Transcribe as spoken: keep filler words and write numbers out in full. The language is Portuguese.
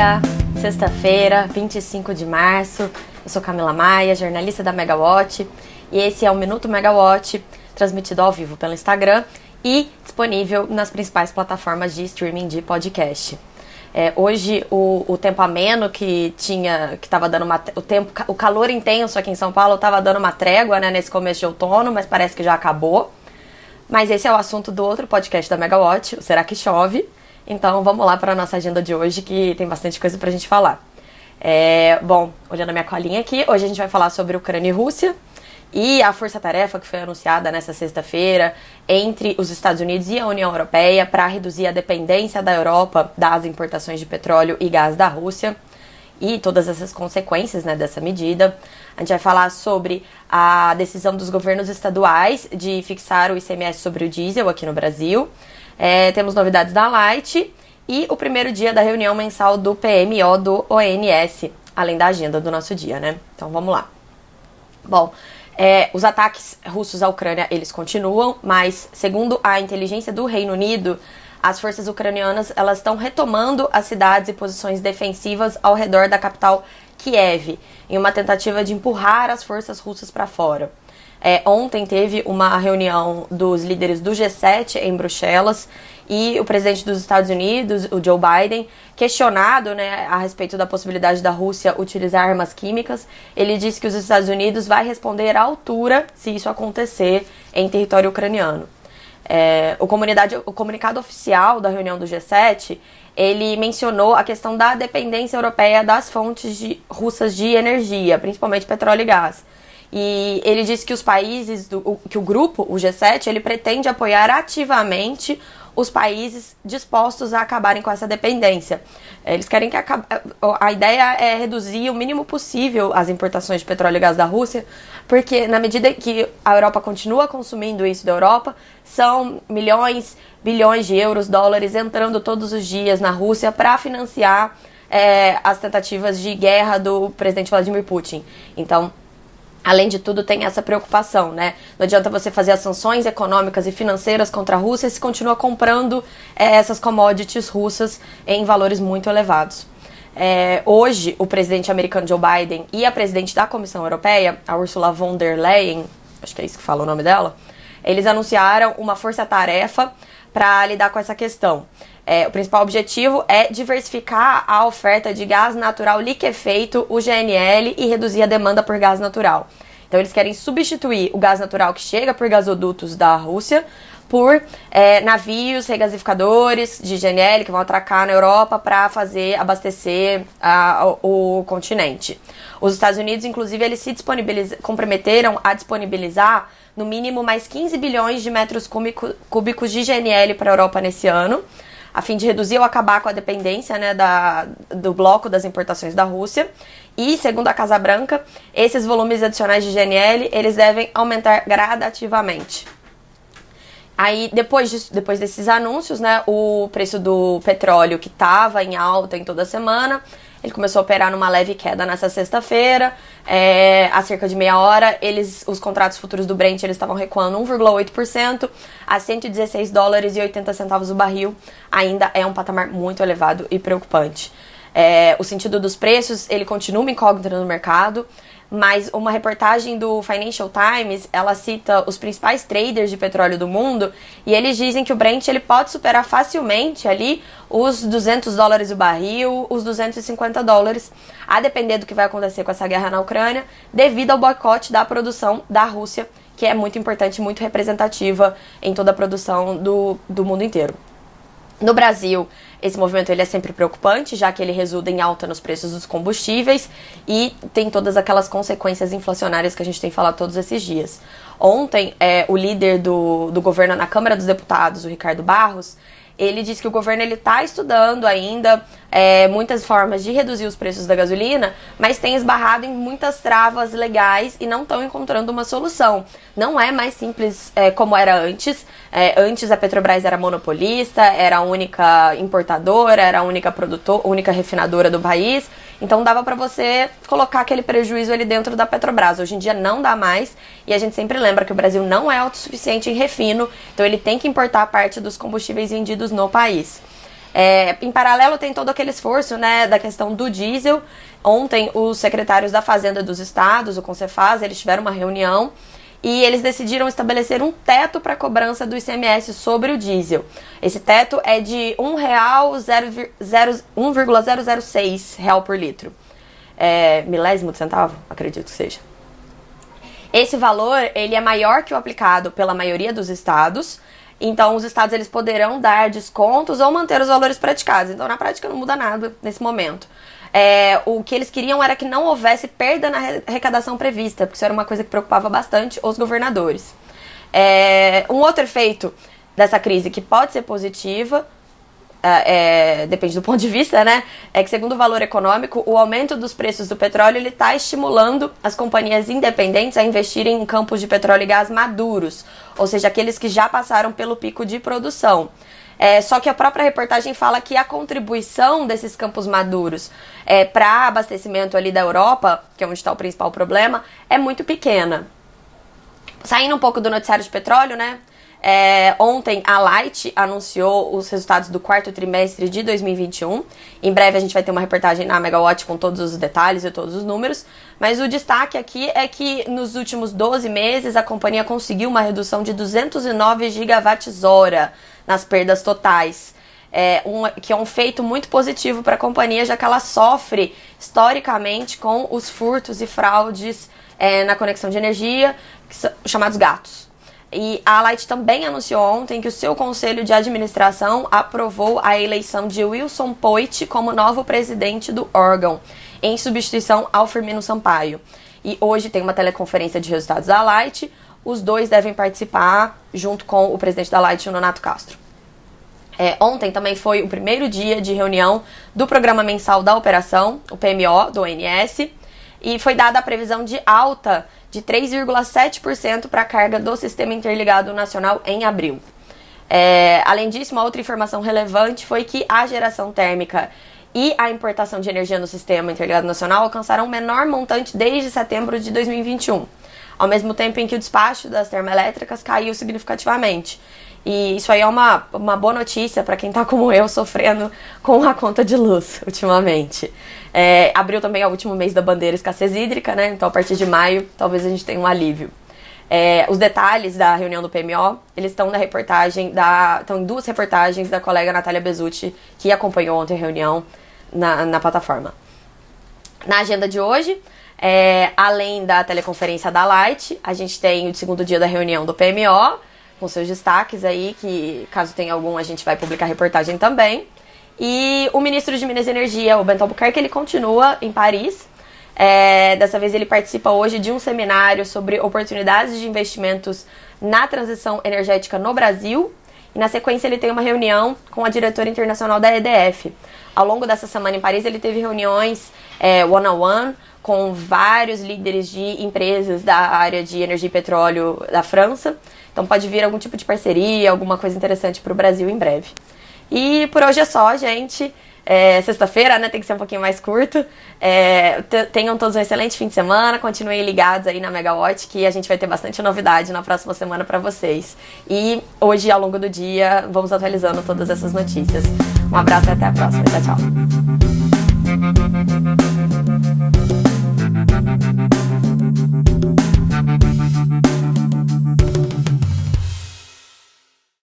dia, sexta-feira, vinte e cinco de março. Eu sou Camila Maia, jornalista da Megawatt, e esse é o Minuto Megawatt, transmitido ao vivo pelo Instagram e disponível nas principais plataformas de streaming de podcast. É, hoje o, o tempo ameno que tinha, que estava dando uma, o tempo, o calor intenso aqui em São Paulo estava dando uma trégua, né, nesse começo de outono, mas parece que já acabou. Mas esse é o assunto do outro podcast da Megawatt, o Será que Chove? Então vamos lá para a nossa agenda de hoje, que tem bastante coisa pra gente falar. É, bom, olhando a minha colinha aqui, hoje a gente vai falar sobre Ucrânia e Rússia e a força-tarefa que foi anunciada nessa sexta-feira entre os Estados Unidos e a União Europeia para reduzir a dependência da Europa das importações de petróleo e gás da Rússia e todas essas consequências, né, dessa medida. A gente vai falar sobre a decisão dos governos estaduais de fixar o I C M S sobre o diesel aqui no Brasil. É, temos novidades da Light e o primeiro dia da reunião mensal do P M O do O N S, além da agenda do nosso dia, né? Então vamos lá. Bom, é, os ataques russos à Ucrânia, eles continuam, mas segundo a inteligência do Reino Unido, as forças ucranianas elas estão retomando as cidades e posições defensivas ao redor da capital Kiev, em uma tentativa de empurrar as forças russas para fora. É, ontem teve uma reunião dos líderes do G sete em Bruxelas e o presidente dos Estados Unidos, o Joe Biden, questionado, né, a respeito da possibilidade da Rússia utilizar armas químicas, ele disse que os Estados Unidos vai responder à altura se isso acontecer em território ucraniano. É, o, comunidade, o comunicado oficial da reunião do G sete, ele mencionou a questão da dependência europeia das fontes de, russas de energia, principalmente petróleo e gás. E ele disse que os países, do, que o grupo, o G sete, ele pretende apoiar ativamente os países dispostos a acabarem com essa dependência. Eles querem que acabe, a ideia é reduzir o mínimo possível as importações de petróleo e gás da Rússia, porque na medida que a Europa continua consumindo isso da Europa, são milhões, bilhões de euros, dólares entrando todos os dias na Rússia para financiar é, as tentativas de guerra do presidente Vladimir Putin. Então, além de tudo, tem essa preocupação, né? Não adianta você fazer as sanções econômicas e financeiras contra a Rússia se continua comprando é, essas commodities russas em valores muito elevados. É, hoje, o presidente americano Joe Biden e a presidente da Comissão Europeia, a Ursula von der Leyen, acho que é isso que fala o nome dela, eles anunciaram uma força-tarefa para lidar com essa questão. É, o principal objetivo é diversificar a oferta de gás natural liquefeito, o G N L, e reduzir a demanda por gás natural. Então eles querem substituir o gás natural que chega por gasodutos da Rússia por é, navios regasificadores de G N L que vão atracar na Europa para fazer abastecer a, o, o continente. Os Estados Unidos, inclusive, eles se comprometeram a disponibilizar no mínimo mais quinze bilhões de metros cúbicos de G N L para a Europa nesse ano, a fim de reduzir ou acabar com a dependência, né, da, do bloco das importações da Rússia. E, segundo a Casa Branca, esses volumes adicionais de G N L, eles devem aumentar gradativamente. Aí, depois, de, depois desses anúncios, né, o preço do petróleo, que estava em alta em toda a semana, ele começou a operar numa leve queda nessa sexta-feira. É, há cerca de meia hora, eles, os contratos futuros do Brent eles estavam recuando um vírgula oito por cento a cento e dezesseis dólares e oitenta centavos o barril. Ainda é um patamar muito elevado e preocupante. É, o sentido dos preços, ele continua uma incógnita no mercado, mas uma reportagem do Financial Times, ela cita os principais traders de petróleo do mundo e eles dizem que o Brent ele pode superar facilmente ali os duzentos dólares o barril, os duzentos e cinquenta dólares, a depender do que vai acontecer com essa guerra na Ucrânia, devido ao boicote da produção da Rússia, que é muito importante, muito representativa em toda a produção do, do mundo inteiro. No Brasil, esse movimento ele é sempre preocupante, já que ele resulta em alta nos preços dos combustíveis e tem todas aquelas consequências inflacionárias que a gente tem falado todos esses dias. Ontem, é, o líder do, do governo na Câmara dos Deputados, o Ricardo Barros, ele disse que o governo está estudando ainda é, muitas formas de reduzir os preços da gasolina, mas tem esbarrado em muitas travas legais e não estão encontrando uma solução. Não é mais simples é, como era antes. É, antes a Petrobras era monopolista, era a única importadora, era a única produtora, única refinadora do país. Então dava para você colocar aquele prejuízo ali dentro da Petrobras. Hoje em dia não dá mais e a gente sempre lembra que o Brasil não é autossuficiente em refino, então ele tem que importar parte dos combustíveis vendidos no país. É, em paralelo tem todo aquele esforço, né, da questão do diesel. Ontem os secretários da Fazenda dos estados, o Concefaz, eles tiveram uma reunião e eles decidiram estabelecer um teto para a cobrança do I C M S sobre o diesel. Esse teto é de um real, um vírgula zero zero seis real por litro. É, milésimo de centavo, acredito que seja. Esse valor, ele é maior que o aplicado pela maioria dos estados. Então, os estados eles poderão dar descontos ou manter os valores praticados. Então, na prática, não muda nada nesse momento. É, o que eles queriam era que não houvesse perda na arrecadação prevista, porque isso era uma coisa que preocupava bastante os governadores. É, um outro efeito dessa crise que pode ser positiva, é, é, depende do ponto de vista, né? É que, segundo o Valor Econômico, o aumento dos preços do petróleo ele está estimulando as companhias independentes a investirem em campos de petróleo e gás maduros, ou seja, aqueles que já passaram pelo pico de produção. É, só que a própria reportagem fala que a contribuição desses campos maduros é, para abastecimento ali da Europa, que é onde está o principal problema, é muito pequena. Saindo um pouco do noticiário de petróleo, né? É, ontem a Light anunciou os resultados do quarto trimestre de dois mil e vinte e um. Em breve a gente vai ter uma reportagem na Megawatt com todos os detalhes e todos os números. Mas o destaque aqui é que nos últimos doze meses a companhia conseguiu uma redução de duzentos e nove gigawatts-hora nas perdas totais. É um, que é um feito muito positivo para a companhia, já que ela sofre historicamente com os furtos e fraudes é, na conexão de energia, que são chamados gatos. E a Light também anunciou ontem que o seu conselho de administração aprovou a eleição de Wilson Poit como novo presidente do órgão, em substituição ao Firmino Sampaio. E hoje tem uma teleconferência de resultados da Light. Os dois devem participar junto com o presidente da Light, o Nonato Castro. É, ontem também foi o primeiro dia de reunião do Programa Mensal da Operação, o P M O, do O N S, e foi dada a previsão de alta de três vírgula sete por cento para a carga do Sistema Interligado Nacional em abril. É, além disso, uma outra informação relevante foi que a geração térmica e a importação de energia no Sistema Interligado Nacional alcançaram o menor montante desde setembro de dois mil e vinte e um, ao mesmo tempo em que o despacho das termoelétricas caiu significativamente. E isso aí é uma, uma boa notícia para quem está como eu sofrendo com a conta de luz ultimamente. É, abril também é o último mês da bandeira escassez hídrica, né? Então a partir de maio talvez a gente tenha um alívio. É, os detalhes da reunião do P M O, eles estão na reportagem, da, estão em duas reportagens da colega Natália Bezutti, que acompanhou ontem a reunião na, na plataforma. Na agenda de hoje, é, além da teleconferência da Light, a gente tem o segundo dia da reunião do P M O, com seus destaques aí, que caso tenha algum a gente vai publicar reportagem também. E o ministro de Minas e Energia, o Bento Albuquerque, ele continua em Paris. É, dessa vez ele participa hoje de um seminário sobre oportunidades de investimentos na transição energética no Brasil. E na sequência ele tem uma reunião com a diretora internacional da E D F. Ao longo dessa semana em Paris ele teve reuniões é, one-on-one com vários líderes de empresas da área de energia e petróleo da França. Então pode vir algum tipo de parceria, alguma coisa interessante para o Brasil em breve. E por hoje é só, gente. É, sexta-feira, né? Tem que ser um pouquinho mais curto. É, tenham todos um excelente fim de semana. Continuem ligados aí na Megawatt, que a gente vai ter bastante novidade na próxima semana para vocês. E hoje, ao longo do dia, vamos atualizando todas essas notícias. Um abraço e até a próxima. Tchau, tchau.